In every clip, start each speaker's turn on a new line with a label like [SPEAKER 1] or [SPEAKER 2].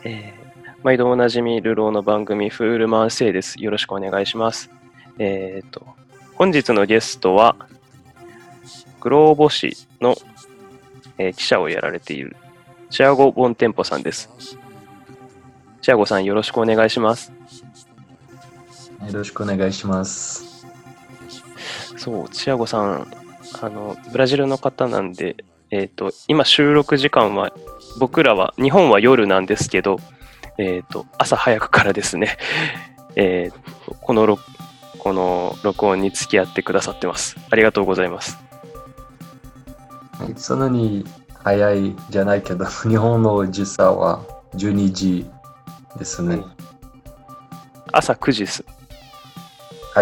[SPEAKER 1] 毎度おなじみ、流浪の番組、フールマンセイです。よろしくお願いします。本日のゲストは、グローボ紙の、記者をやられている、チアゴ・ボンテンポさんです。チアゴさん、よろしくお願いします。
[SPEAKER 2] よろしくお願いします。
[SPEAKER 1] そう、チアゴさん、ブラジルの方なんで、今収録時間は、僕らは、日本は夜なんですけど、朝早くからですね、この録音に付き合ってくださってます。ありがとうございます。
[SPEAKER 2] そんなに早いじゃないけど、日本の時差は12時ですね。
[SPEAKER 1] 朝9時です。
[SPEAKER 2] はい。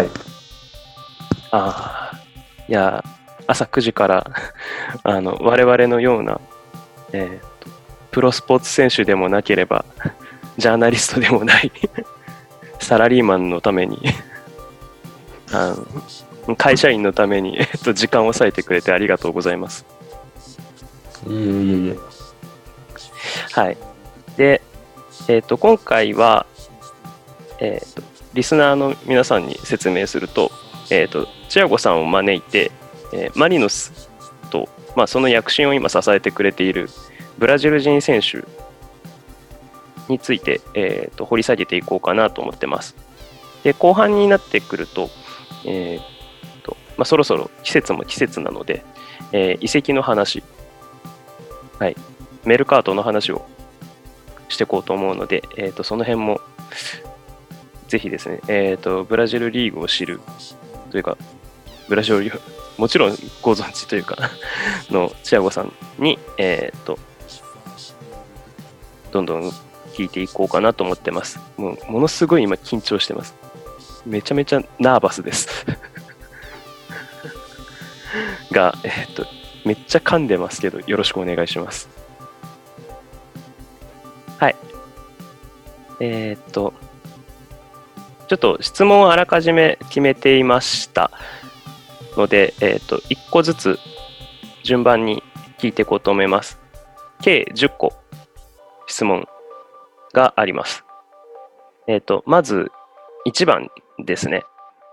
[SPEAKER 1] いや、朝9時から我々のような、プロスポーツ選手でもなければ、ジャーナリストでもないサラリーマンのために会社員のために、時間を割いてくれてありがとうございます。
[SPEAKER 2] いえいえ。
[SPEAKER 1] はい。で、今回は、リスナーの皆さんに説明すると、チアゴさんを招いて、マリノスと、その躍進を今支えてくれているブラジル人選手について、掘り下げていこうかなと思ってます。で、後半になってくると、そろそろ季節も季節なので、移籍の話、はい、メルカートの話をしていこうと思うので、その辺もぜひですね、ブラジルリーグを知るというか、ブラジルリーグもちろんご存知というかのチアゴさんに、どんどん聞いていこうかなと思ってます。ものすごい今緊張してます。めちゃめちゃナーバスですが、めっちゃ噛んでますけど、よろしくお願いします。はい。ちょっと質問をあらかじめ決めていましたので、1個ずつ順番に聞いていこうと思います。計10個質問があります。まず1番ですね。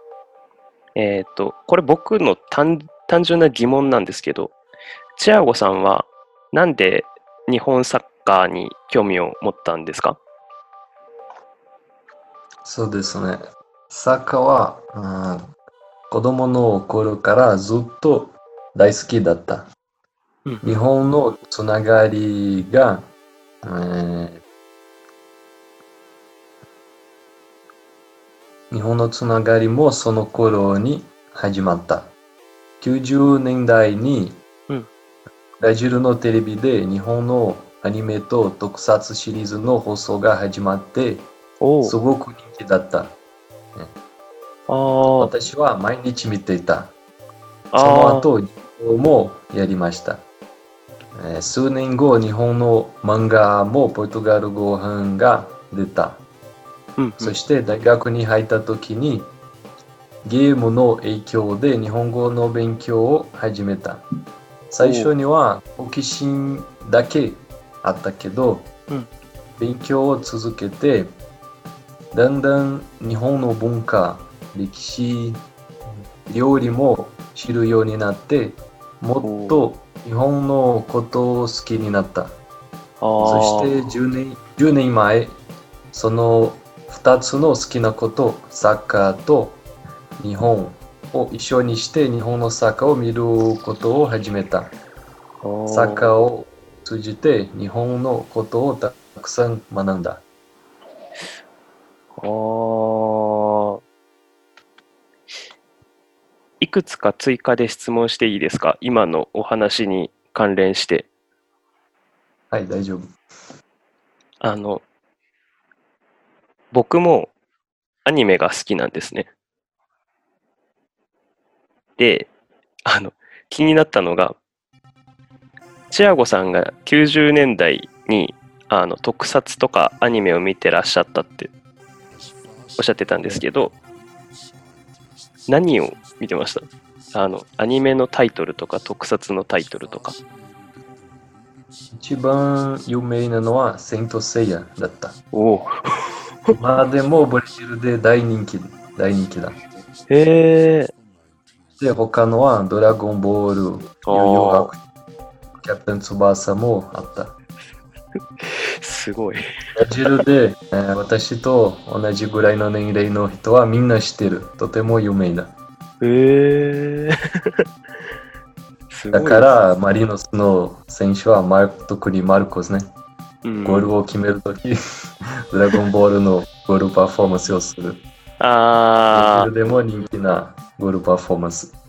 [SPEAKER 1] これ僕の単純な疑問なんですけど、チアゴさんはなんで日本サッカーに興味を持ったんですか？
[SPEAKER 2] そうですね。サッカーは、子供の頃からずっと大好きだった。日本のつながりが、日本のつながりもその頃に始まった。90年代にブラジルのテレビで日本のアニメと特撮シリーズの放送が始まって、すごく人気だった。私は毎日見ていた。その後、日本もやりました。数年後、日本の漫画もポルトガル語版が出た。そして大学に入った時にゲームの影響で日本語の勉強を始めた。最初には好奇心だけあったけど、勉強を続けてだんだん日本の文化、歴史、料理も知るようになってもっと日本のことを好きになった。そして10年前、その2つの好きなこと、サッカーと日本を一緒にして日本のサッカーを見ることを始めた。サッカーを通じて日本のことをたくさん学んだ。
[SPEAKER 1] いくつか追加で質問していいですか？今のお話に関連して。
[SPEAKER 2] はい、大丈夫。
[SPEAKER 1] 僕もアニメが好きなんですね。で、気になったのが、チアゴさんが90年代に特撮とかアニメを見てらっしゃったっておっしゃってたんですけど、何を見てました？アニメのタイトルとか特撮のタイトルとか。
[SPEAKER 2] 一番有名なのはセイントセイヤだった。
[SPEAKER 1] おお。
[SPEAKER 2] まあでもブラジルで大人気だ。
[SPEAKER 1] へえ。
[SPEAKER 2] で、他のはドラゴンボール、ユーユーハク、キャプテン翼もあった。
[SPEAKER 1] すごい。
[SPEAKER 2] ブラジルで、私と同じぐらいの年齢の人はみんな知ってる。とても有名だ。
[SPEAKER 1] へえ。すごい。
[SPEAKER 2] だからマリノスの選手は特にマルコスね。ゴールを決めるとき、ドラゴンボールのゴールパフォーマンスをする。
[SPEAKER 1] あ
[SPEAKER 2] ブラジルでも人気なゴールパフォーマンス。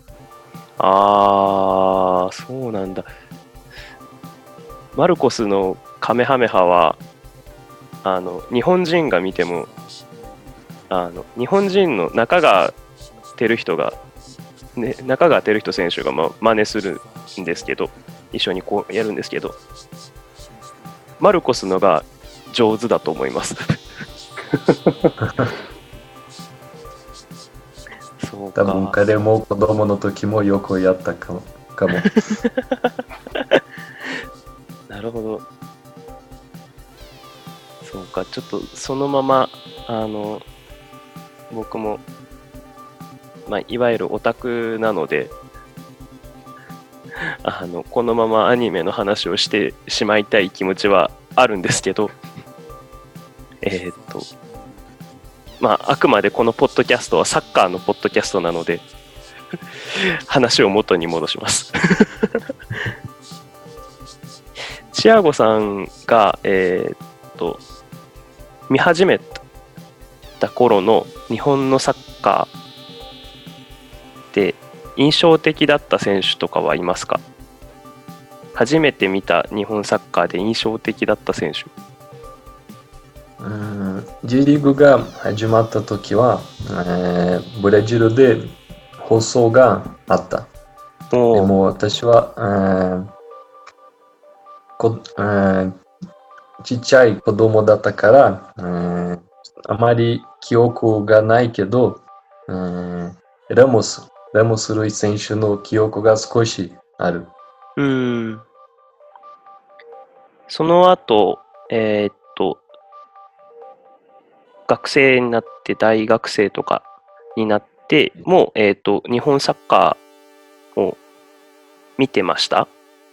[SPEAKER 1] あ、そうなんだ。マルコスのカメハメハは、日本人が見ても、日本人の中川輝人が、ね、中川輝人選手が、真似するんですけど、一緒にこうやるんですけど、マルコスのが上手だと思います。そうか。
[SPEAKER 2] 多分彼も子供の時もよくやったかも。
[SPEAKER 1] なるほど。そうか、ちょっとそのまま、僕も、いわゆるオタクなので、このままアニメの話をしてしまいたい気持ちはあるんですけど、あくまでこのポッドキャストはサッカーのポッドキャストなので、話を元に戻します。チアゴさんが、見始めた頃の日本のサッカーで印象的だった選手とかはいますか？初めて見た日本サッカーで印象的だった選手。
[SPEAKER 2] J リーグが始まった時は、ブラジルで放送があった。でも私は、ちっちゃい子供だったから、あまり記憶がないけど、ラモス・ルイ選手の記憶が少しある。
[SPEAKER 1] その後、学生になって大学生とかになってもう、日本サッカーを見てました？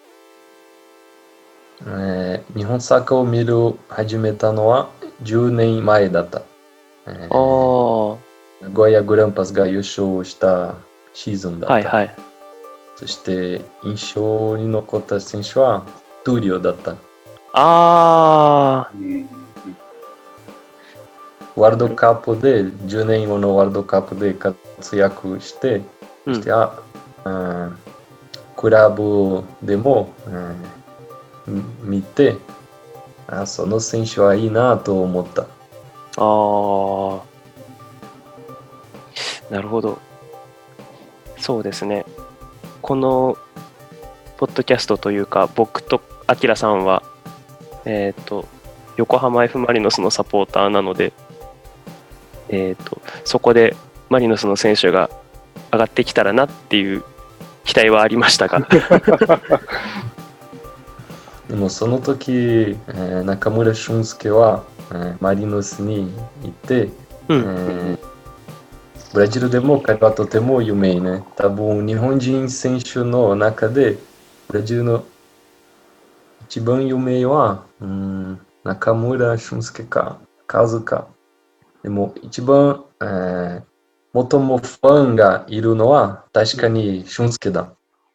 [SPEAKER 2] 日本サッカーを始めたのは10年前だった。名古屋グランパスが優勝したシーズンだった。
[SPEAKER 1] はいはい。
[SPEAKER 2] そして印象に残った選手はトゥリオだった。
[SPEAKER 1] ワ
[SPEAKER 2] ールドカップで10年後のワールドカップで活躍して、そしてクラブでも、見て、その選手はいいなと思った。
[SPEAKER 1] なるほど。そうですね。このポッドキャストというか、僕とアキラさんは、横浜 F マリノスのサポーターなので、そこでマリノスの選手が上がってきたらなっていう期待はありましたが。
[SPEAKER 2] でもその時、中村俊輔は、マリノスにいて、ブラジルでも彼はとても有名ね。多分日本人選手の中でブラジルの一番有名は、中村俊輔か、カズか。でも一番、最もファンがいるのは確かに俊輔だ。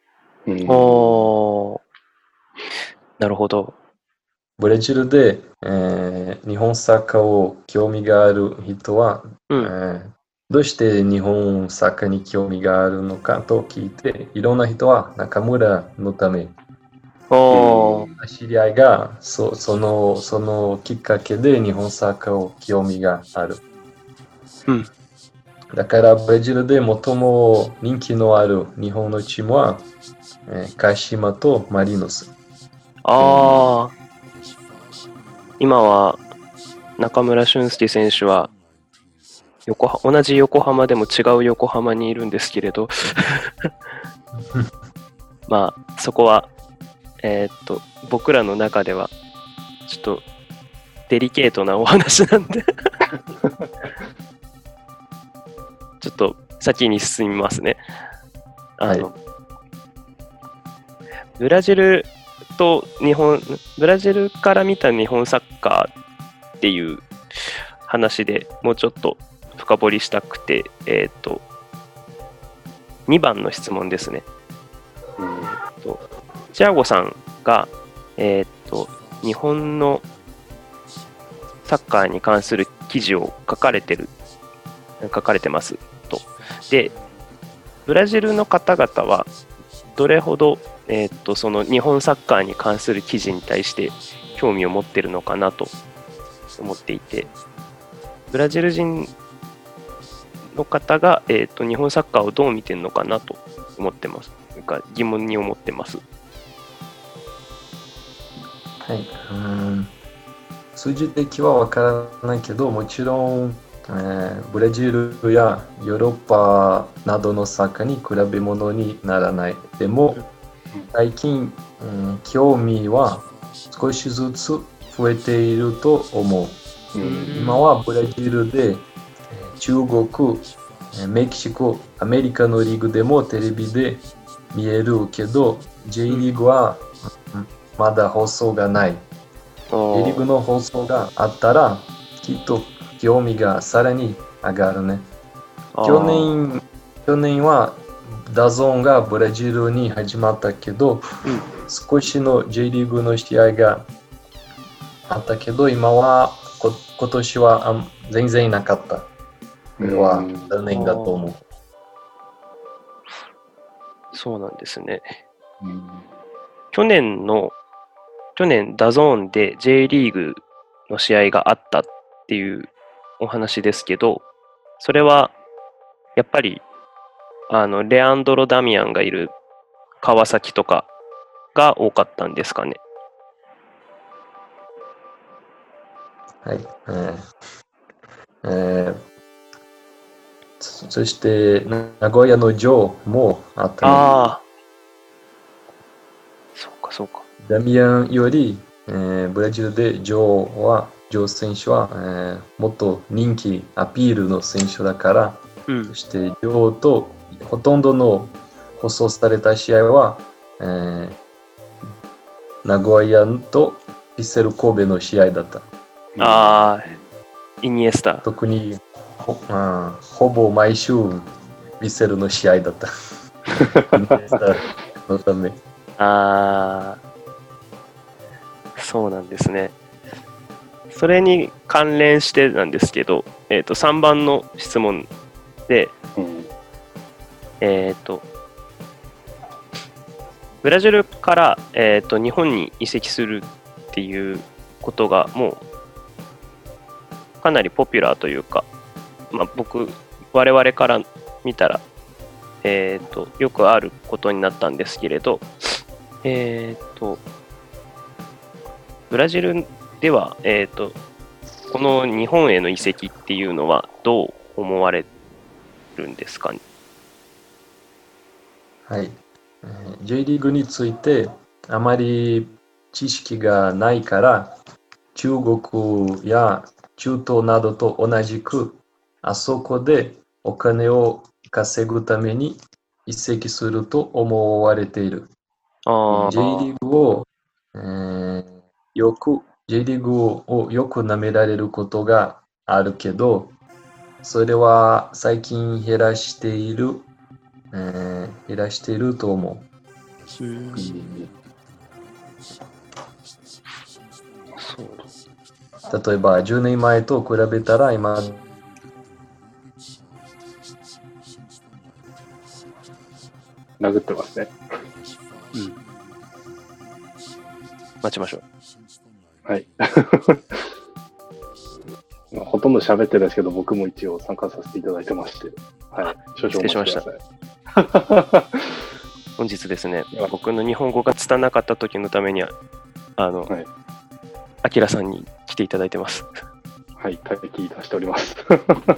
[SPEAKER 1] なるほど。
[SPEAKER 2] ブラジルで、日本サッカーを興味がある人は、どうして日本サッカーに興味があるのかと聞いて、いろんな人は中村のため。知り合いがそのきっかけで日本サッカーを興味がある。だからブラジルで最も人気のある日本のチームは、鹿島とマリノス。
[SPEAKER 1] 今は中村俊輔選手は同じ横浜でも違う横浜にいるんですけれどそこは、 僕らの中ではちょっとデリケートなお話なんでちょっと先に進みますね。ブラジルから見た日本サッカーっていう話でもうちょっと深掘りしたくて、2番の質問ですね。チアゴさんが、日本のサッカーに関する記事を書かれてますと。で、ブラジルの方々はどれほど、その日本サッカーに関する記事に対して興味を持っているのかなと思っていて、ブラジル人の方が、日本サッカーをどう見てるのかなと思ってます。なんか疑問に思ってます。
[SPEAKER 2] はい。数字的はわからないけど、もちろん、ブラジルやヨーロッパなどのサッカーに比べ物にならない。でも、最近、興味は少しずつ増えていると思う。今はブラジルで中国、メキシコ、アメリカのリーグでもテレビで見えるけど、J リーグはまだ放送がない。J リーグの放送があったら、きっと興味がさらに上がるね。去年はダゾーンがブラジルに始まったけど、少しの J リーグの試合があったけど、今年は全然なかった。これは残念だと思う。
[SPEAKER 1] そうなんですね。去年ダゾーンで J リーグの試合があったっていうお話ですけど、それはやっぱりレアンドロ・ダミアンがいる川崎とかが多かったんですかね。
[SPEAKER 2] はい。そして名古屋のジョーもあったね。
[SPEAKER 1] ああ。そうか。
[SPEAKER 2] ダミアンより、ブラジルでジョー選手は、もっと人気アピールの選手だから、そしてジョーとほとんどの放送された試合は、名古屋とヴィッセル神戸の試合だった。
[SPEAKER 1] イニエスタ。
[SPEAKER 2] 特にほぼ毎週ヴィッセルの試合だった。イニエスタのため。
[SPEAKER 1] そうなんですね。それに関連してなんですけど、3番の質問で、ブラジルから、日本に移籍するっていうことがもうかなりポピュラーというか、我々から見たら、よくあることになったんですけれど、ブラジルでは、この日本への移籍っていうのはどう思われるんですかね。
[SPEAKER 2] はい。J リーグについてあまり知識がないから、中国や中東などと同じく、あそこでお金を稼ぐために移籍すると思われている。J リーグを、J リーグをよく舐められることがあるけど、それは最近減らしていると思う。例えば10年前と比べたら今
[SPEAKER 3] 殴ってますね。
[SPEAKER 1] 待ちましょ
[SPEAKER 3] う。はい。ほとんど喋ってないですけど、僕も一応参加させていただいてまして、はい、少々お待ちください。
[SPEAKER 1] 本日ですね、僕の日本語が拙なかった時のためには、アキラさんに来ていただいてます。
[SPEAKER 3] はい、待機いたしております。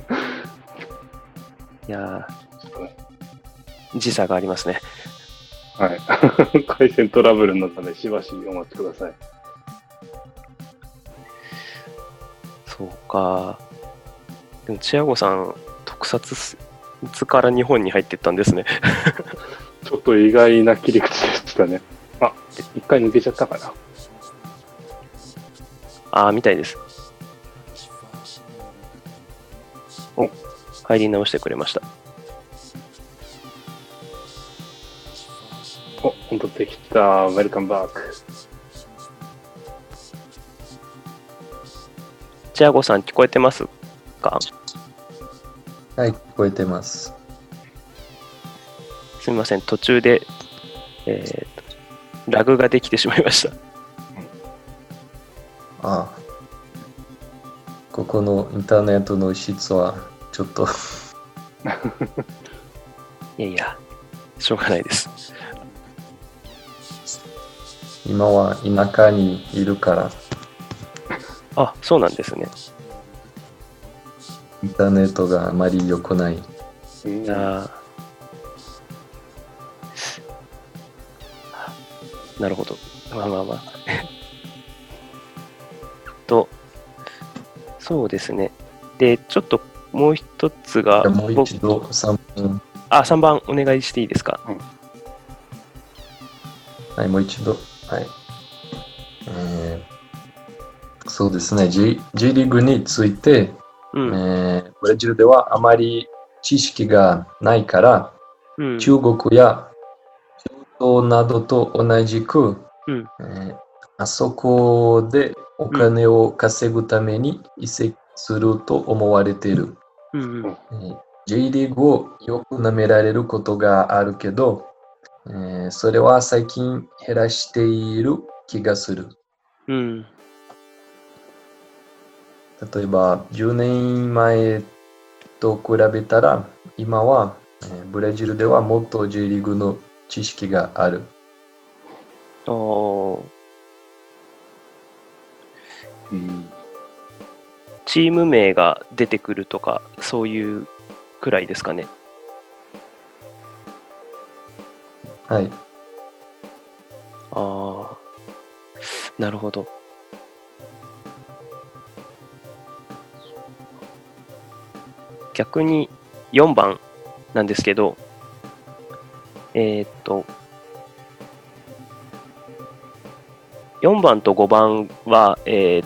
[SPEAKER 1] いやー、時差がありますね。
[SPEAKER 3] はい。回線トラブルのため、しばしお待ちください。
[SPEAKER 1] そうか。でも、チアゴさん、特撮から日本に入ってったんですね。
[SPEAKER 3] ちょっと意外な切り口でしたね。あ、一回抜けちゃったかな。
[SPEAKER 1] ああ、みたいです。お、入り直してくれました。
[SPEAKER 3] お、戻ってきた。ウェルカムバック。
[SPEAKER 1] チアゴさん、聞こえてますか？
[SPEAKER 2] はい、聞こえてます。
[SPEAKER 1] すみません、途中で、ラグができてしまいました。
[SPEAKER 2] ああ。ここのインターネットの質はちょっと
[SPEAKER 1] いやいや、しょうがないです。
[SPEAKER 2] 今は田舎にいるから、
[SPEAKER 1] あ、そうなんですね。
[SPEAKER 2] インターネットがあまり良くない。
[SPEAKER 1] あなるほど。まあまあまあ。そうですね。で、ちょっともう一つが、
[SPEAKER 2] もう一度3分。
[SPEAKER 1] 3番お願いしていいですか？
[SPEAKER 2] はい、もう一度。はい。そうですね。J リーグについて、ブラジルではあまり知識がないから、中国や中東などと同じく、あそこでお金を稼ぐために移籍すると思われている。J リーグをよく舐められることがあるけど、それは最近減らしている気がする。例えば10年前と比べたら今はブラジルではもっと J リーグの知識がある。
[SPEAKER 1] チーム名が出てくるとかそういうくらいですかね。
[SPEAKER 2] はい。
[SPEAKER 1] なるほど。逆に4番なんですけど、4番と5番は、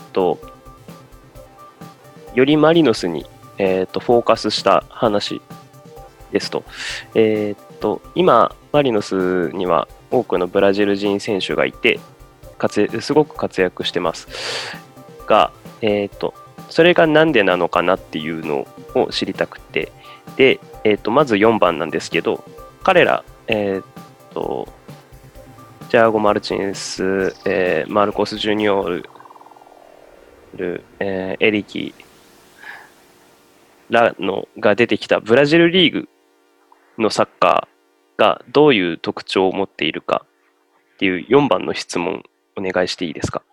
[SPEAKER 1] よりマリノスに、フォーカスした話ですと。今、マリノスには多くのブラジル人選手がいて、すごく活躍してます。が、それがなんでなのかなっていうのを知りたくて、で、まず4番なんですけど、彼ら、ジャーゴ・マルチンス、マルコス・ジュニオール、エリキらのが出てきたブラジルリーグのサッカーがどういう特徴を持っているかっていう4番の質問お願いしていいですか？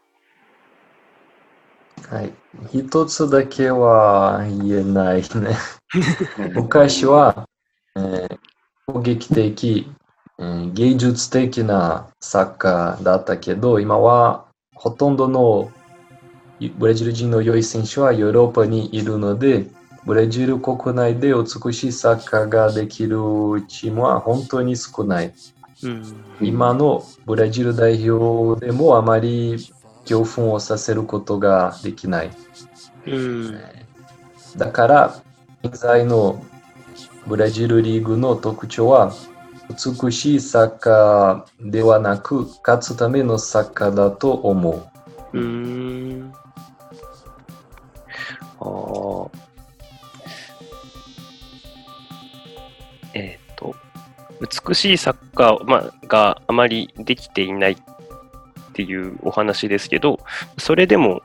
[SPEAKER 2] はい。一つだけは言えないね。昔は、攻撃的、芸術的なサッカーだったけど、今はほとんどのブラジル人の良い選手はヨーロッパにいるので、ブラジル国内で美しいサッカーができるチームは本当に少ない。今のブラジル代表でもあまり興奮をさせることができない。だから、現在のブラジルリーグの特徴は、美しいサッカーではなく、勝つためのサッカーだと思う。
[SPEAKER 1] 美しいサッカー、があまりできていないっていうお話ですけど、それでも、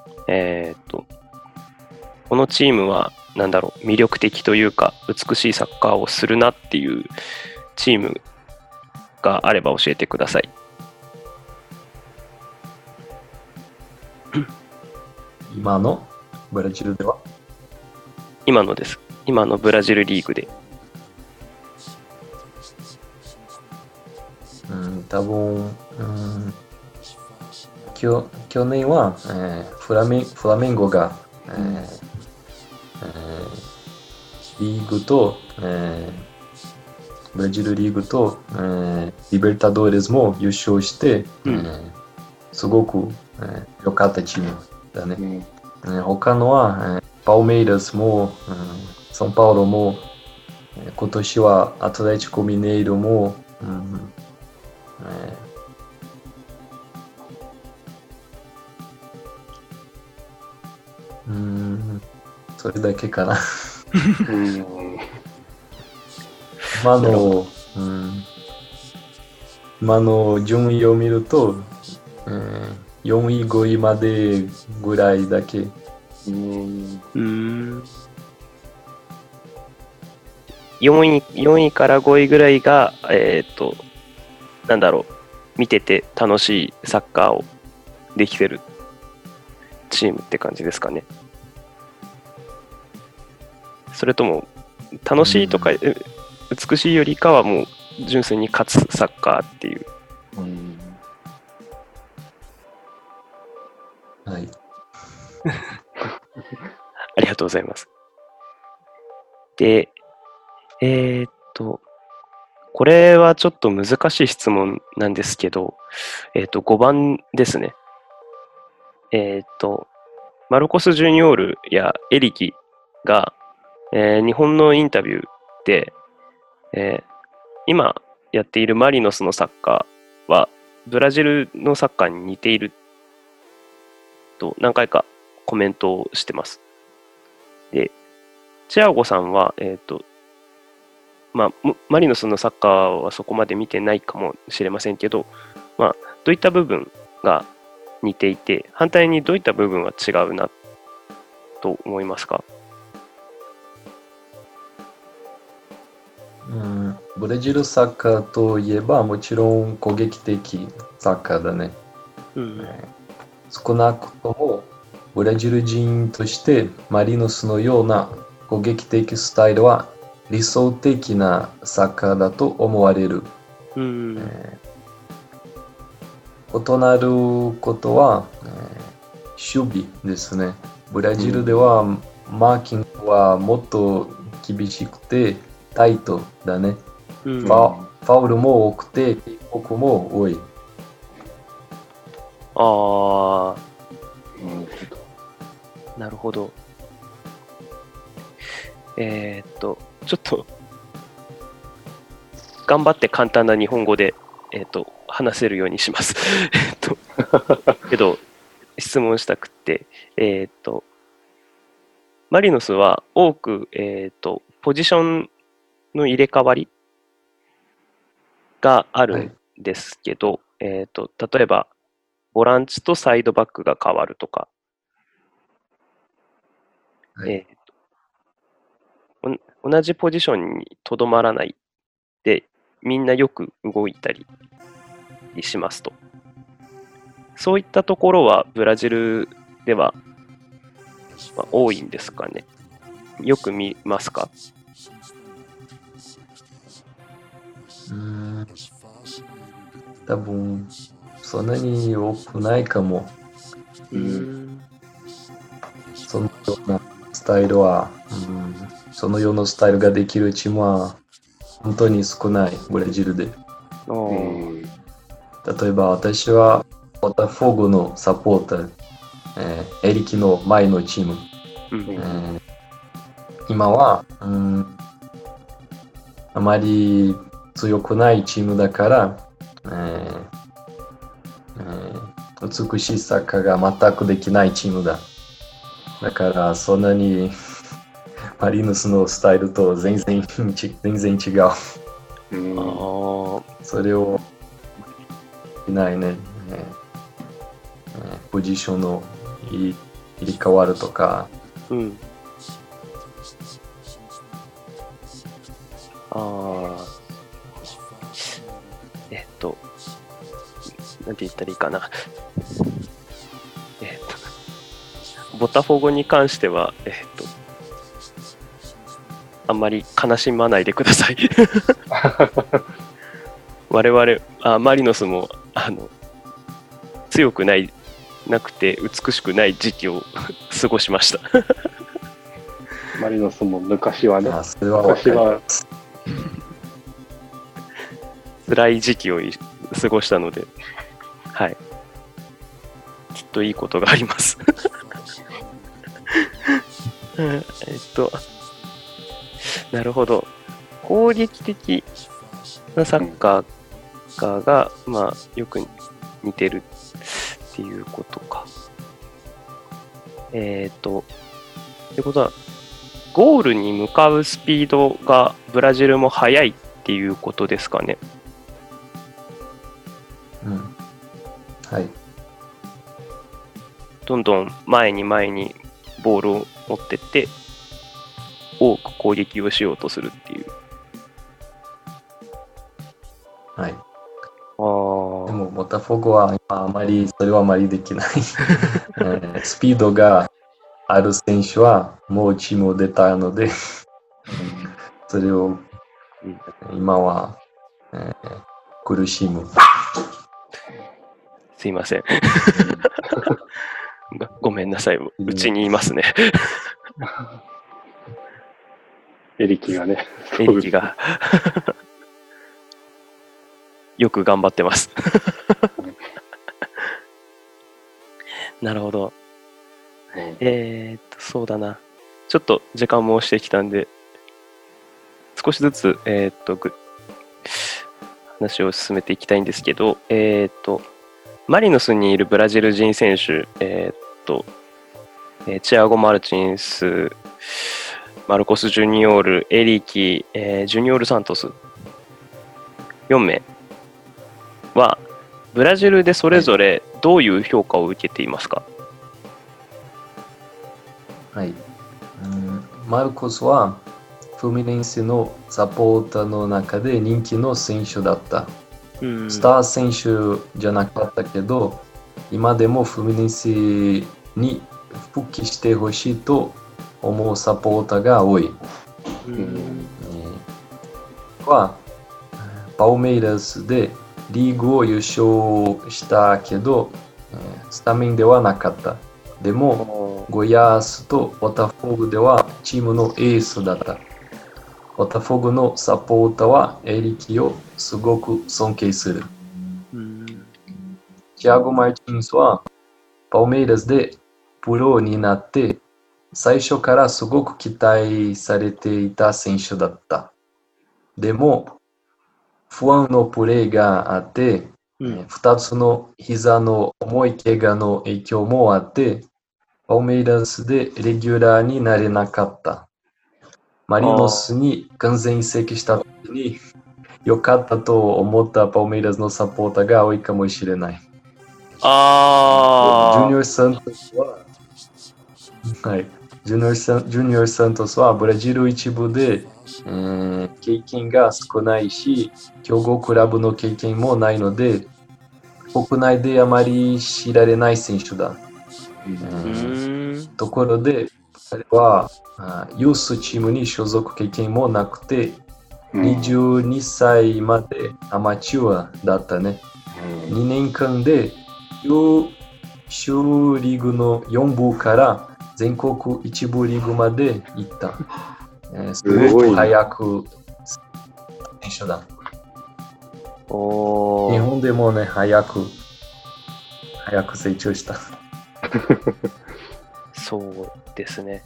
[SPEAKER 1] このチームは魅力的というか美しいサッカーをするなっていうチームがあれば教えてください。
[SPEAKER 2] 今のブラジルでは？
[SPEAKER 1] 今のです。今のブラジルリーグで。
[SPEAKER 2] 多分、去年は、フラメンゴが、リーグと、ブラジルリーグと、リベルタドーレスも優勝して、すごく、良かったチームだね。他のは、パウメイラスも、サンパウロも、今年はアトレティコミネイロも、それだけかな。今の順位を見ると、4位、5位までぐらいだけ。
[SPEAKER 1] 4位から5位ぐらいが、なんだろう、見てて楽しいサッカーをできてるチームって感じですかね。それとも、楽しいとか、美しいよりかはもう純粋に勝つサッカーっていう。
[SPEAKER 2] はい。
[SPEAKER 1] ありがとうございます。で、これはちょっと難しい質問なんですけど、5番ですね。マルコス・ジュニオールやエリキが、日本のインタビューで、今やっているマリノスのサッカーはブラジルのサッカーに似ていると何回かコメントをしてます。で、チアゴさんは、マリノスのサッカーはそこまで見てないかもしれませんけど、どういった部分が似ていて、反対にどういった部分は違うなと思いますか？
[SPEAKER 2] ブラジルサッカーといえばもちろん攻撃的サッカーだね。少なくともブラジル人としてマリノスのような攻撃的スタイルは理想的なサッカーだと思われる。異なることは、守備ですね。ブラジルではマーキングはもっと厳しくてタイトだね。ファウルも多くて、警告も多い。
[SPEAKER 1] なるほど。ちょっと頑張って簡単な日本語で、話せるようにします。けど質問したくて、マリノスは多く、ポジションの入れ替わりがあるんですけど、例えばボランチとサイドバックが変わるとか、同じポジションにとどまらないで、みんなよく動いたりしますと。そういったところはブラジルでは、多いんですかね。よく見ますか？
[SPEAKER 2] 多分そんなに多くないかも。そのようなスタイルは、そのようなスタイルができるチームは本当に少ない、ブラジルで。例えば私はボタフォーゴのサポーター、エリキの前のチーム。今は、あまり強くないチームだから、美しいサッカーが全くできないチームだ。だからそんなにマリノスのスタイルと全然違う。それをいないね。ポジションの入れ替わるとか。
[SPEAKER 1] なんて言ったらいいかな。ボタフォゴに関しては、あんまり悲しまないでください。 我々マリノスも強くなくて美しくない時期を過ごしました。
[SPEAKER 3] マリノスも昔はね、
[SPEAKER 2] それは昔は
[SPEAKER 1] 辛い時期を過ごしたので、はい。きっといいことがあります。なるほど。攻撃的なサッカーが、まあ、よく似てるっていうことか。ってことは、ゴールに向かうスピードがブラジルも速いっていうことですかね。
[SPEAKER 2] うん。はい。
[SPEAKER 1] どんどん前にボールを持ってって多く攻撃をしようとするっていう。
[SPEAKER 2] はい。で
[SPEAKER 1] も
[SPEAKER 2] ボタフォゴは今それはあまりできない。スピードがある選手はもうチームを出たので、それを今は、苦しむ。
[SPEAKER 1] すいません。ごめんなさい。うちにいますね。
[SPEAKER 3] エリキがね。
[SPEAKER 1] エリキが。よく頑張ってます。なるほど。そうだな。ちょっと時間も押してきたんで、少しずつ、話を進めていきたいんですけど、マリノスにいるブラジル人選手、チアゴ・マルチンス、マルコス・ジュニオール、エリキ、ジュニオール・サントス、4名は、ブラジルでそれぞれどういう評価を受けていますか？
[SPEAKER 2] はい。マルコスは、フミネンセのサポーターの中で人気の選手だった。スター選手じゃなかったけど、今でもフミネンセに復帰してほしいと思うサポーターが多い。パウメイラスでリーグを優勝したけど、スタメンではなかった。でも、ゴイアースとボタフォーグではチームのエースだった。ボタフォーグのサポーターはエリキをすごく尊敬する。チアゴ・マルチンスはパウメイラスでプロになって最初からすごく期待されていた選手だった。でも、不安のプレーがあって、2つの膝の重い怪我の影響もあって、パウメイラスでレギュラーになれなかった。マリノスに完全移籍した時に良かったと思ったパウメイラスのサポーターが多いかもしれない。ジュニオール・サントスは、ジュニオール・サントスはブラジル一部で、経験が少ないし、強豪クラブの経験もないので、国内であまり知られない選手だ。ところで、彼はユースチームに所属経験もなくて、22歳までアマチュアだったね。2年間で優秀リーグの4部から全国1部リーグまで行った。すごく早く選手だ。日本でもね、早く成長した。
[SPEAKER 1] そうですね。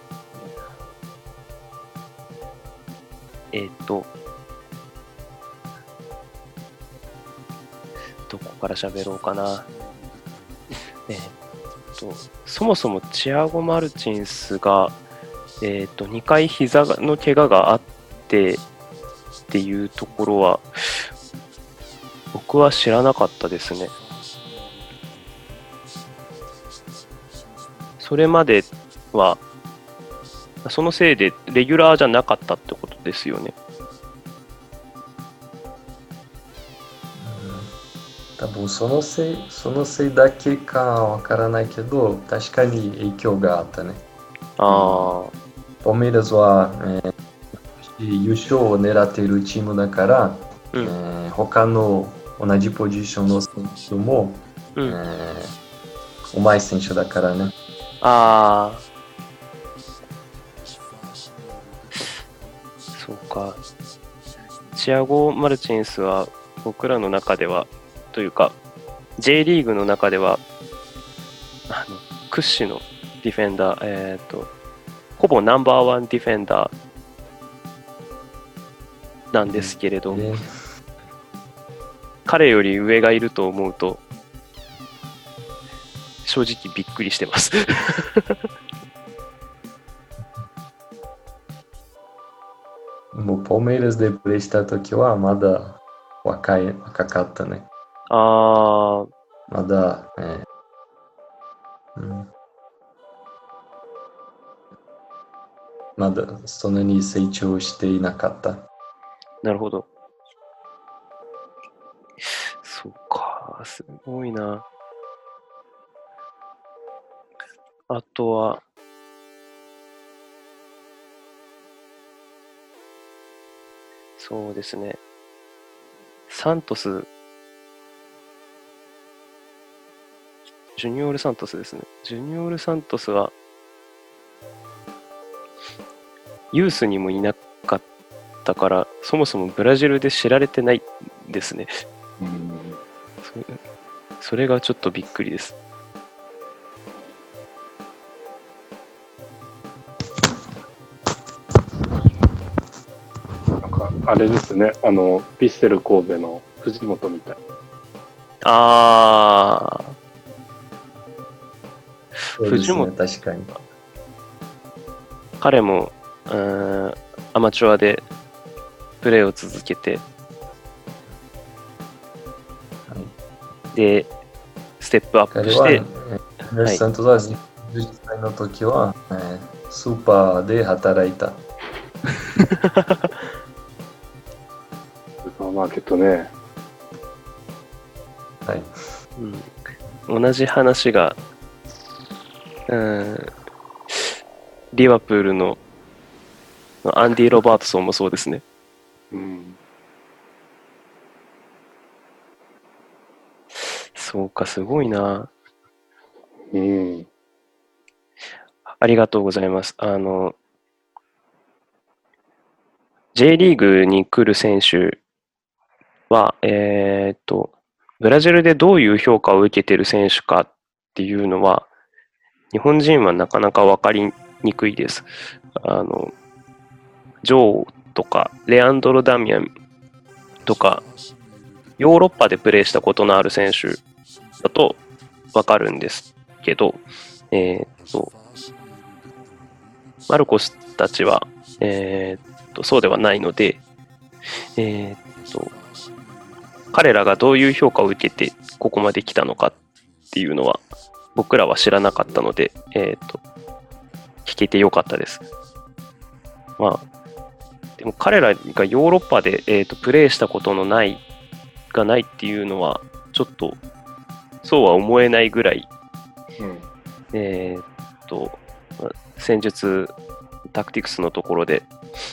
[SPEAKER 1] どこから喋ろうかな。そもそもチアゴ・マルチンスが、2回膝の怪我があってっていうところは僕は知らなかったですね。それまではそのせいでレギュラーじゃなかったってことですよね。
[SPEAKER 2] 多分そのせいだけかわからないけど、確かに影響があったね。パメイラスは、優勝を狙っているチームだから、 他の同じポジションの選手も、
[SPEAKER 1] うん。
[SPEAKER 2] うまい選手だからね。
[SPEAKER 1] ああ、そうか。チアゴ・マルチンスは僕らの中では、というか、J リーグの中では、屈指のディフェンダー、ほぼナンバーワンディフェンダーなんですけれど、彼より上がいると思うと、正直びっくりしてます。
[SPEAKER 2] もうポメレスでプレーしたときはまだ若かったね。
[SPEAKER 1] ああ、
[SPEAKER 2] まだ、まだそんなに成長していなかった。
[SPEAKER 1] なるほど。そうか、すごいな。あとは、そうですね。サントス、ジュニオール・サントスですね。ジュニオール・サントスは、ユースにもいなかったから、そもそもブラジルで知られてないですね。それがちょっとびっくりです。
[SPEAKER 3] なんかあれですね、ヴィッセル神戸の藤本みたい。
[SPEAKER 1] ああ、藤本、
[SPEAKER 2] 確かに。
[SPEAKER 1] 彼もアマチュアでプレーを続けて、で、ステップアップして、
[SPEAKER 2] サントスは20歳の時は、スーパーで働いた。
[SPEAKER 3] スーパーマーケットね。
[SPEAKER 2] はい。
[SPEAKER 1] 同じ話が、リバプールのアンディ・ロバートソンもそうですね。そうか、すごいな。ありがとうございます。J リーグに来る選手は、ブラジルでどういう評価を受けている選手かっていうのは、日本人はなかなか分かりにくいです。ジョーとか、レアンドロ・ダミアンとか、ヨーロッパでプレーしたことのある選手だと分かるんですけど、マルコスたちは、そうではないので、彼らがどういう評価を受けてここまで来たのかっていうのは僕らは知らなかったので、聞けてよかったです。まあ、でも彼らがヨーロッパで、プレーしたことのないっていうのはちょっとそうは思えないぐらい、戦術タクティクスのところで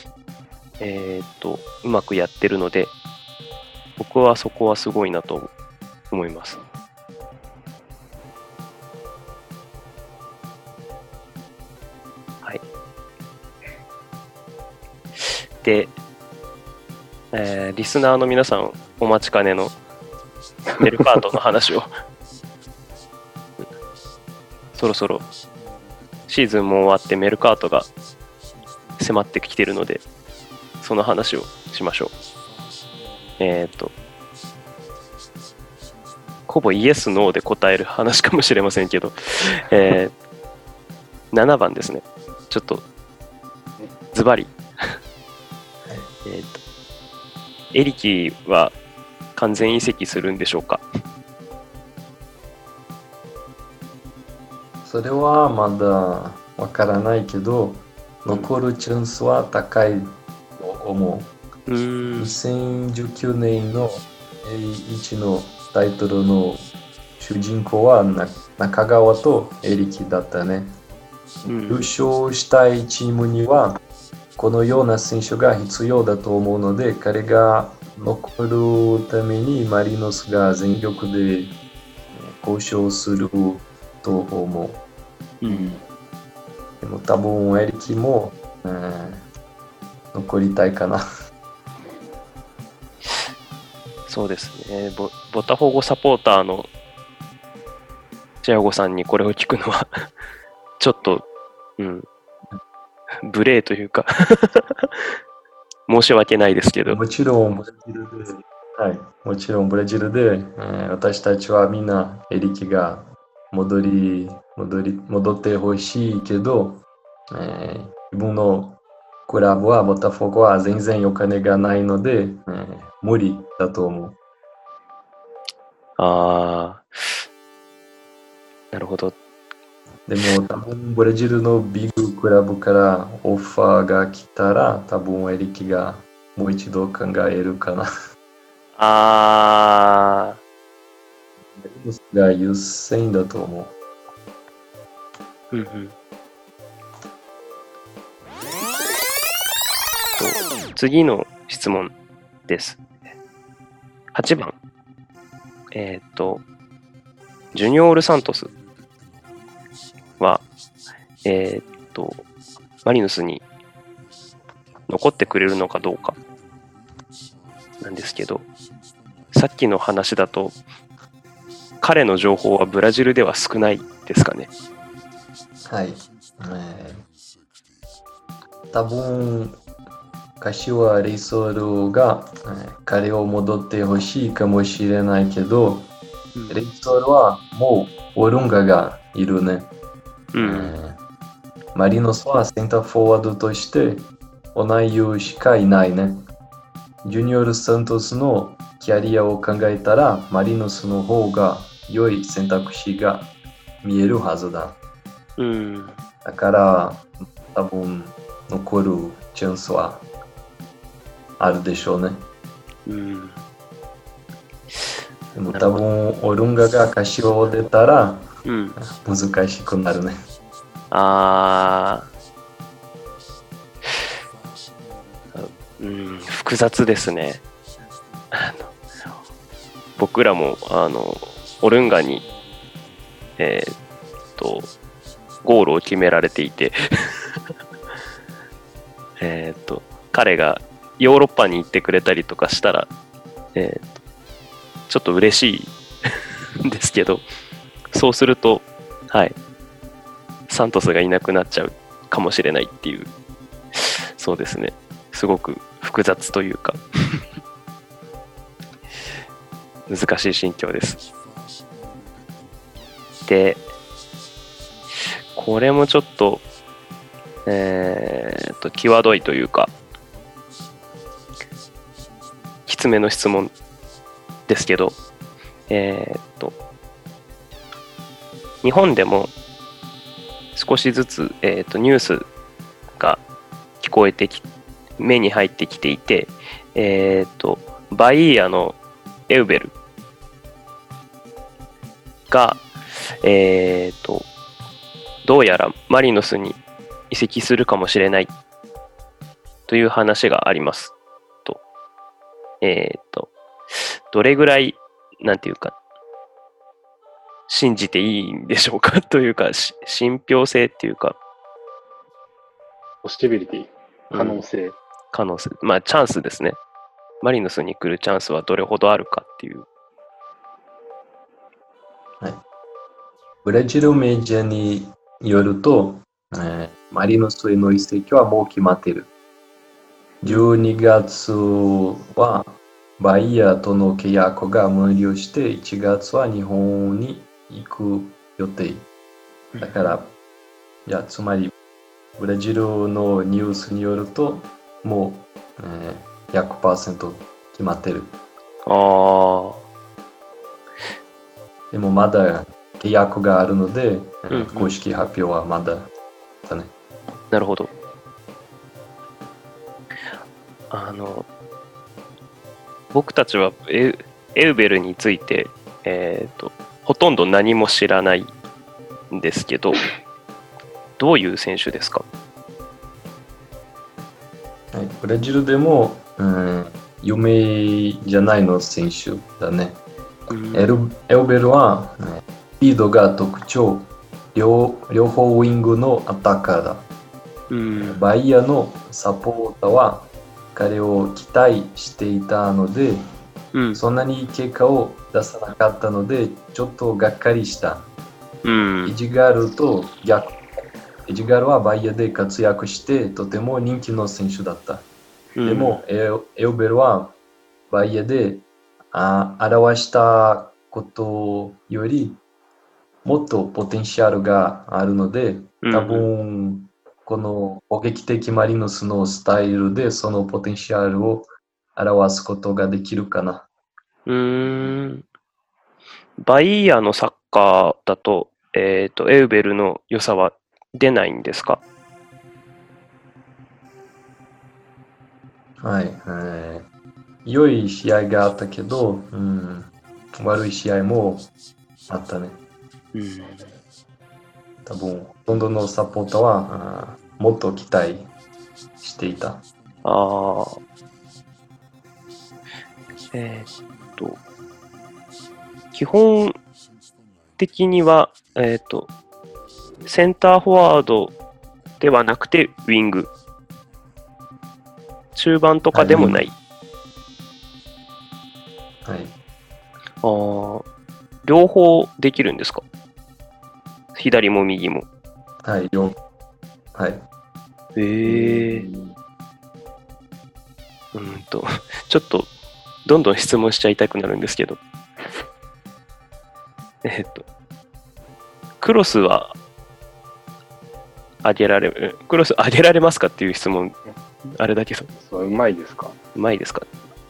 [SPEAKER 1] うまくやってるので、僕はそこはすごいなと思います。はい。で、リスナーの皆さんお待ちかねのメルカートの話をそろそろシーズンも終わってメルカートが迫ってきてるので、その話をしましょう。ほぼイエス・ノーで答える話かもしれませんけど、7番ですね。ちょっとズバリエリキは完全移籍するんでしょうか？
[SPEAKER 2] それはまだわからないけど、残るチャンスは高いと思う。2019年の A1 のタイトルの主人公は中川とエリキだったね。優勝したいチームにはこのような選手が必要だと思うので、彼が残るためにマリノスが全力で交渉すると思う。でも多分エリキも、残りたいかな。
[SPEAKER 1] そうですね。ボタフォゴサポーターのチアゴさんにこれを聞くのはちょっと、無礼というか申し訳ないですけど。
[SPEAKER 2] もちろんブラジルで、私たちはみんなエリキが戻ってほしいけど、自分のクラブはボタフォゴは全然お金がないので、無理だと思う。
[SPEAKER 1] ああ、なるほど。
[SPEAKER 2] でも多分ブラジルのビッグクラブからオファーが来たら多分エリキがもう一度考えるかな。
[SPEAKER 1] ああ。
[SPEAKER 2] が優先だと思う。
[SPEAKER 1] 次の質問です。8番。ジュニオール・サントスは、マリノスに残ってくれるのかどうかなんですけど、さっきの話だと、彼の情報はブラジルでは少ないですかね。
[SPEAKER 2] はい。多分、柏レイソールが、彼を戻ってほしいかもしれないけど、レイソールはもうオルンガがいるね。マリノスはセンターフォワードとして同じしかいないね。ジュニオール・サントスのキャリアを考えたらマリノスの方が良い選択肢が見えるはずだ。だから多分残るチャンスはあるでしょうね。でも多分オルンガが柏を出たら難しくなるね。
[SPEAKER 1] 複雑ですね。僕らもオルンガにゴールを決められていて彼がヨーロッパに行ってくれたりとかしたら、ちょっと嬉しいんですけど、そうするとサントスがいなくなっちゃうかもしれないっていう、そうですね、すごく複雑というか難しい心境です。で、これもちょっと際どいというかきつめの質問ですけど、日本でも少しずつ、ニュースが聞こえて目に入ってきていて、バイーアのエウベルが、どうやらマリノスに移籍するかもしれないという話がありますと。どれぐらいなんていうか信じていいんでしょうかというか、信憑性っていうか、
[SPEAKER 3] ポジティビリティ、可能性、
[SPEAKER 1] まあチャンスですね。マリノスに来るチャンスはどれほどあるかっていう。
[SPEAKER 2] ブラジルメディアによると、マリノスへの移籍はもう決まっている。12月はバイヤーとの契約が満了して1月は日本に行く予定。だから、つまりブラジルのニュースによるともう、100% 決まってる。でもまだ契約があるので、公式発表はまだだね。
[SPEAKER 1] なるほど。僕たちはエウベルについて、ほとんど何も知らないんですけど、どういう選手ですか？
[SPEAKER 2] ブラジルでも、 有名じゃないの選手だね。エウベルは、スピードが特徴、両方ウィングのアタッカーだ。バイヤのサポーターは彼を期待していたので、そんなに結果を出さなかったので、ちょっとがっかりした。エジガルと逆。エジガルはバイヤで活躍して、とても人気の選手だった。でも、エウベルはバイヤで表したことよりもっとポテンシャルがあるので、多分、この攻撃的マリノスのスタイルでそのポテンシャルを表すことができるかな。
[SPEAKER 1] バイヤのサッカーだと、エウベルの良さは出ないんですか？
[SPEAKER 2] はい。良い試合があったけど、悪い試合もあったね。多分、ほとんどのサポーターはもっと期待していた。
[SPEAKER 1] 基本的には、センターフォワードではなくてウィング。中盤とかでもない。
[SPEAKER 2] はい。
[SPEAKER 1] 両方できるんですか？左も右も。
[SPEAKER 2] はい、はい。
[SPEAKER 1] ちょっとどんどん質問しちゃいたくなるんですけど。クロスは上げられますかっていう質問、あれだけど。
[SPEAKER 3] うまいですか？
[SPEAKER 1] うまいですか？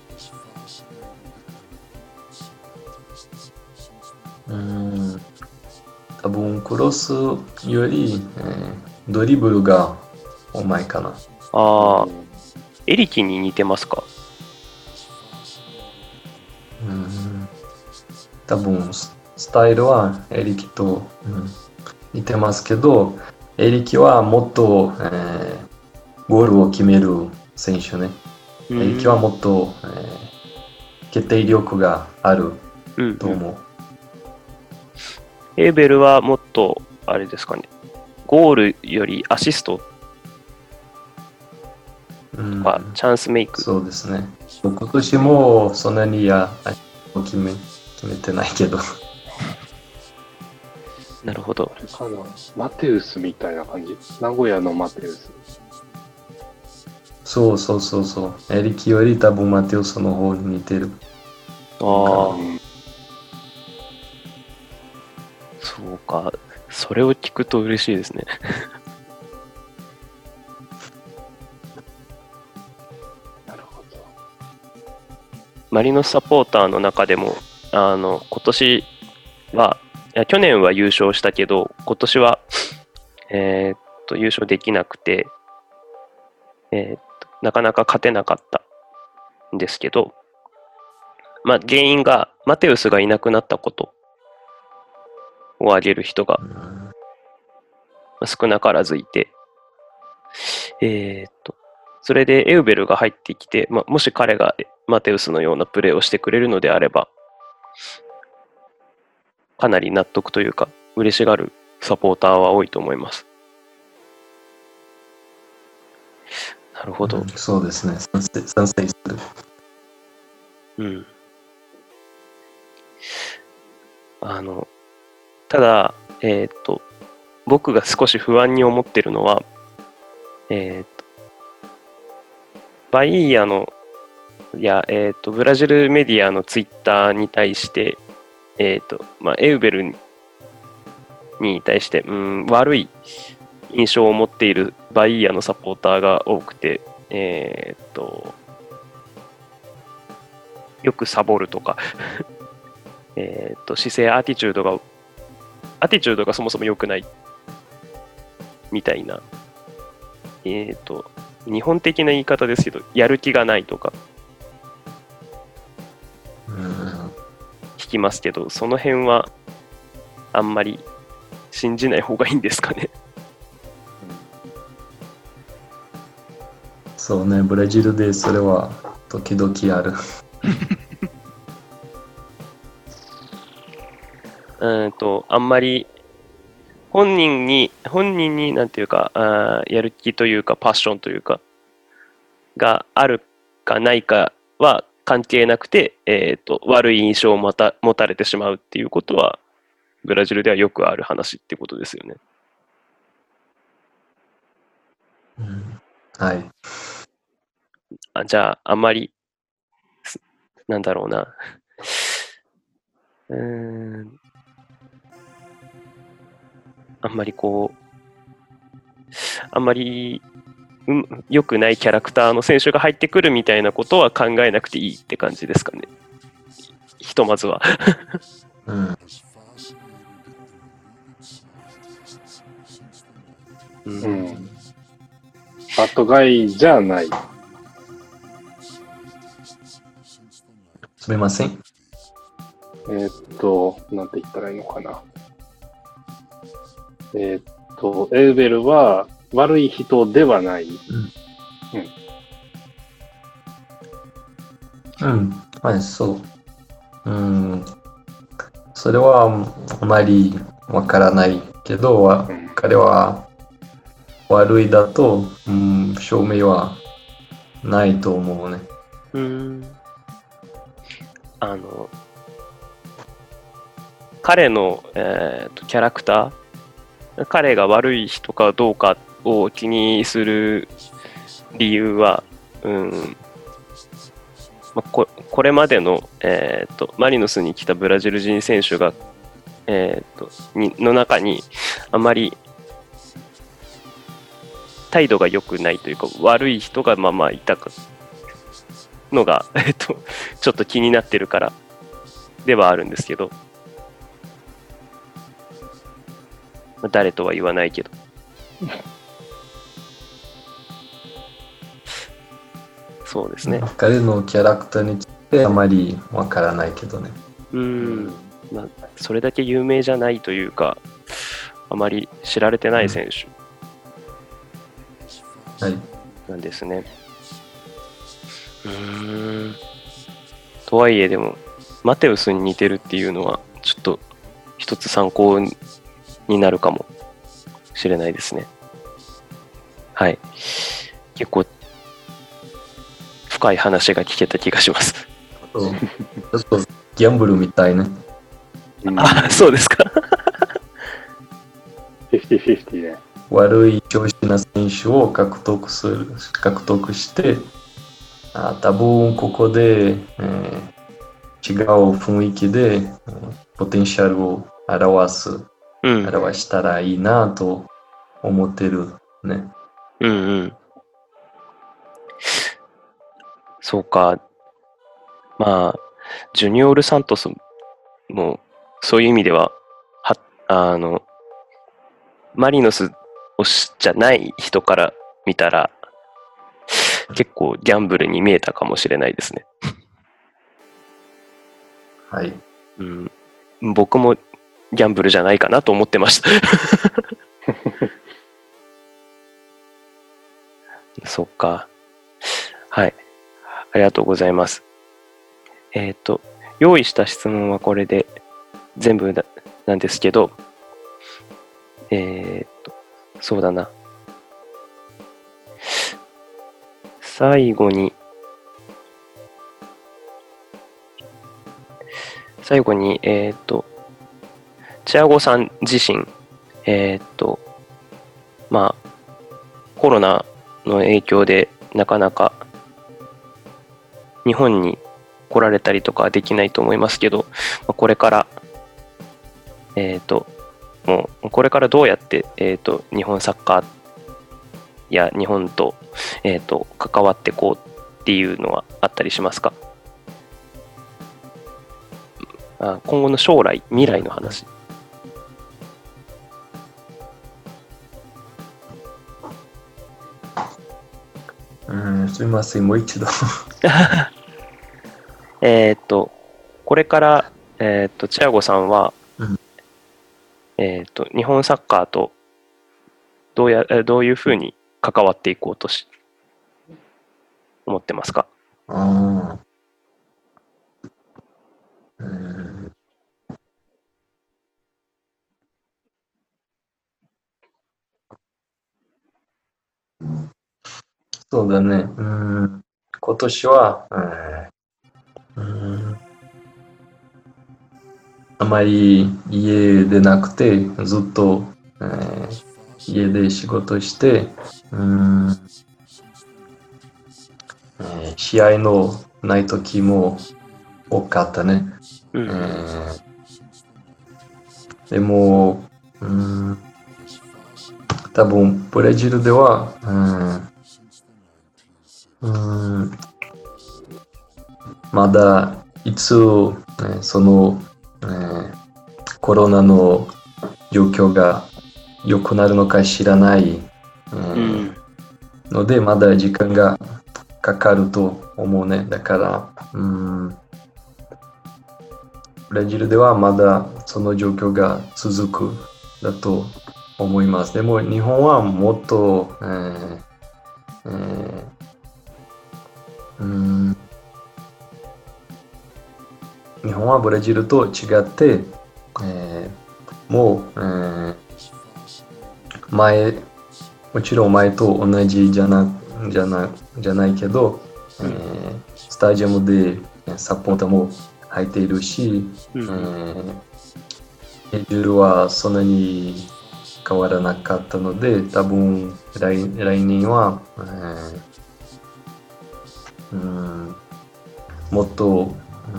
[SPEAKER 2] 多分クロスより、ドリブルがうまいかな。
[SPEAKER 1] エリキに似てますか？
[SPEAKER 2] 多分スタイルはエリキと、似てますけど、エリキはもっと、ゴールを決める選手ね。エリキはもっと、決定力があると思う。
[SPEAKER 1] エーベルはもっとあれですかね、ゴールよりアシストとかチャンスメイク。
[SPEAKER 2] そうですね。今年もそんなに決めてないけど。
[SPEAKER 1] なるほど。
[SPEAKER 3] マテウスみたいな感じ。名古屋のマテウス。
[SPEAKER 2] そう。エリキより多分マテウスの方に似てる。
[SPEAKER 1] そうか。それを聞くと嬉しいですね。
[SPEAKER 3] なるほど。
[SPEAKER 1] マリノスサポーターの中でも、今年は、去年は優勝したけど、今年は、優勝できなくて、なかなか勝てなかったんですけど、原因がマテウスがいなくなったことを挙げる人が少なからずいて、それでエウベルが入ってきて、もし彼がマテウスのようなプレーをしてくれるのであれば、かなり納得というか、嬉しがるサポーターは多いと思います。なるほど。
[SPEAKER 2] そうですね。賛成する。
[SPEAKER 1] ただ、僕が少し不安に思ってるのは、バイーヤのブラジルメディアのツイッターに対して、エウベルに対して、悪い印象を持っているバイーヤのサポーターが多くて、よくサボるとか、姿勢、アティチュードがそもそも良くないみたいな、日本的な言い方ですけど、やる気がないとか聞きますけど、その辺はあんまり信じない方がいいんですかね。
[SPEAKER 2] そうね、ブラジルでそれは時々ある。
[SPEAKER 1] あんまり本人になんていうか、やる気というか、パッションというか、があるかないかは関係なくて、悪い印象を持たれてしまうっていうことは、ブラジルではよくある話ってことですよね。
[SPEAKER 2] はい。
[SPEAKER 1] じゃあ、あんまり、なんだろうな。あんまりあんまり、良くないキャラクターの選手が入ってくるみたいなことは考えなくていいって感じですかね。ひとまずは。
[SPEAKER 2] うん。
[SPEAKER 3] バッドガイじゃない。
[SPEAKER 2] すみません。
[SPEAKER 3] なんて言ったらいいのかな。エルベルは悪い人ではない。
[SPEAKER 2] はい、そう。それはあまりわからないけど、彼は悪いだと、証明はないと思うね。
[SPEAKER 1] 彼の、キャラクター、彼が悪い人かどうかを気にする理由は、これまでの、マリノスに来たブラジル人選手が、の中にあまり態度が良くないというか悪い人がいたのが、ちょっと気になってるからではあるんですけど、誰とは言わないけど。そうですね。
[SPEAKER 2] 彼のキャラクターについてあまりわからないけどね。
[SPEAKER 1] それだけ有名じゃないというか、あまり知られてない選手なんですね。とはいえでも、マテウスに似てるっていうのは、ちょっと一つ参考になるかもしれないですね。はい。結構、深い話が聞けた気がします。
[SPEAKER 2] ちょっとギャンブルみたいね。
[SPEAKER 1] そうですか。
[SPEAKER 3] 50-50ね。
[SPEAKER 2] 悪い調子な選手を獲得して、多分ここで、違う雰囲気で、ポテンシャルを表したらいいなと思ってるね。
[SPEAKER 1] そうか。ジュニオール・サントスもそういう意味では、マリノスじゃない人から見たら、結構ギャンブルに見えたかもしれないですね。
[SPEAKER 2] はい。
[SPEAKER 1] 僕もギャンブルじゃないかなと思ってました。そっか。はい。ありがとうございます。用意した質問はこれで全部なんですけど、そうだな。最後に、チアゴさん自身、コロナの影響でなかなか日本に来られたりとかはできないと思いますけど、これから、もうこれからどうやって、日本サッカーや日本と、関わっていこうっていうのはあったりしますか？今後の将来、未来の話。
[SPEAKER 2] すみません、もう一度。
[SPEAKER 1] これから、チアゴさんは、日本サッカーとどういうふうに関わっていこうと思ってますか？
[SPEAKER 2] あー、うん、そうだね。今年は、あまり家でなくて、ずっと、家で仕事して、うん、試合のない時も多かったね。
[SPEAKER 1] うん。
[SPEAKER 2] でも、うん、多分ブラジルでは、まだいつ、その、コロナの状況が良くなるのか知らない、ので、まだ時間がかかると思うね。だから、ブラジルではまだその状況が続くだと思います。でも日本はもっと、日本はブラジルと違って、もう、もちろん前と同じじゃないけど、スタジアムでサポーターも入っているし、スケジュールはそんなに変わらなかったので、多分来年は、もっと、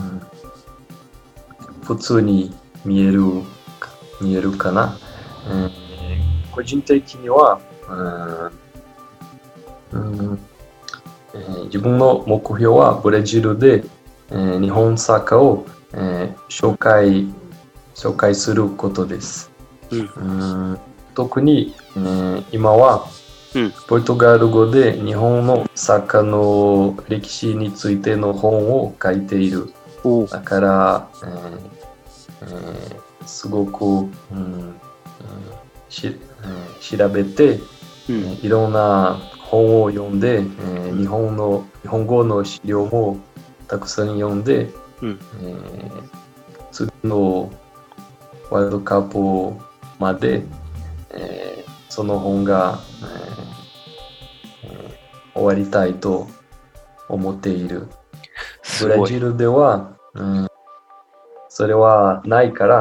[SPEAKER 2] 普通に見えるかな。個人的には、自分の目標はブラジルで、日本サッカーを、紹介することです。特に、今は、ポルトガル語で日本のサッカーの歴史についての本を書いている。だから、すごく、調べて、いろんな本を読んで、日本語の資料もたくさん読んで、次のワールドカップまで、その本が、終わりたいと思っている。ブラジルでは、それはないから、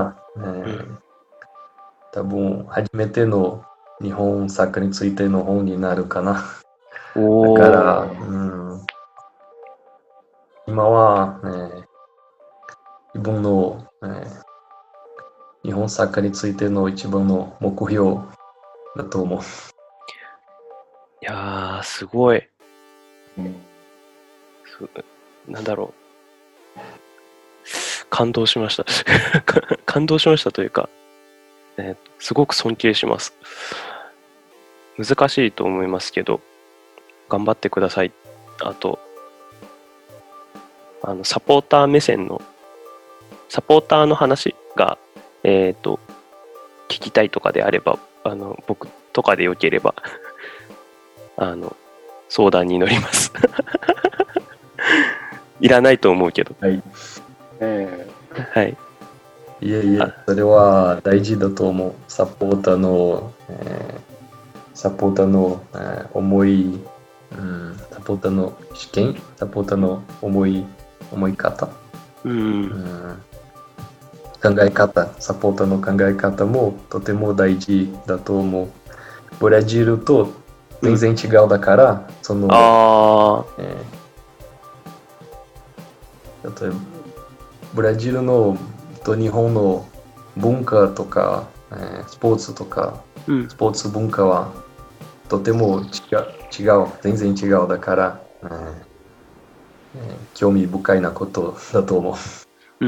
[SPEAKER 2] 多分初めての日本サッカーについての本になるかな。だから、今は、自分の、日本サッカーについての一番の目標だと思う。
[SPEAKER 1] いやー、すごい。なんだろう。感動しました。感動しましたというか、すごく尊敬します。難しいと思いますけど、頑張ってください。あと、サポーターの話が、聞きたいとかであれば、僕とかでよければ、相談に乗ります。いらないと思うけど。
[SPEAKER 2] はい。
[SPEAKER 1] はい。
[SPEAKER 2] いえ、それは大事だと思う。サポーターの、思い、サポーターの試験、サポーターの思い方、考え方、サポーターの考え方もとても大事だと思う。ブラジルと全然違うだから、例えばブラジルのと日本の文化とか、スポーツとか、スポーツ文化はとても違う、全然違うだから、興味深いなことだと思う。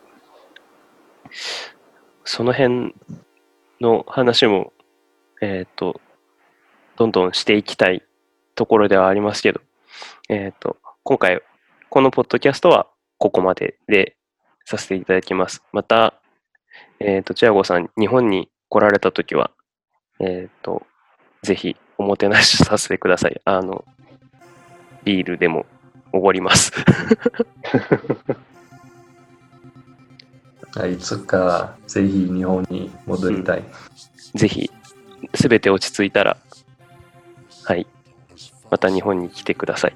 [SPEAKER 1] その辺の話も、どんどんしていきたいところではありますけど、今回、このポッドキャストはここまででさせていただきます。また、チアゴさん、日本に来られたときは、ぜひおもてなしさせてください。ビールでもおごります。
[SPEAKER 2] いつかぜひ日本に戻りたい。
[SPEAKER 1] ぜひ、すべて落ち着いたら、はい、また日本に来てください。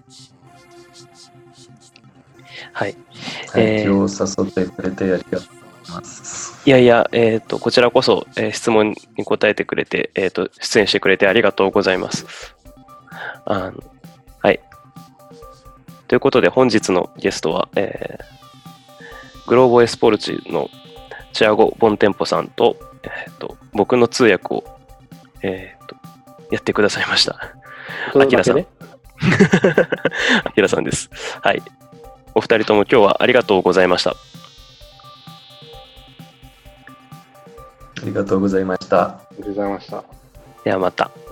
[SPEAKER 1] はい。
[SPEAKER 2] 今日誘ってくれてありがとうございます。
[SPEAKER 1] いやいや、こちらこそ、質問に答えてくれて、出演してくれてありがとうございます。はい。ということで、本日のゲストは、グローボエスポルチのチアゴ・ボンテンポさんと、僕の通訳を、やってくださいました。アキラさん。アキラさんです。はい。お二人とも今日はありがとうございました。
[SPEAKER 2] ありがとうございました。
[SPEAKER 3] ありがとうございました。
[SPEAKER 1] ではまた。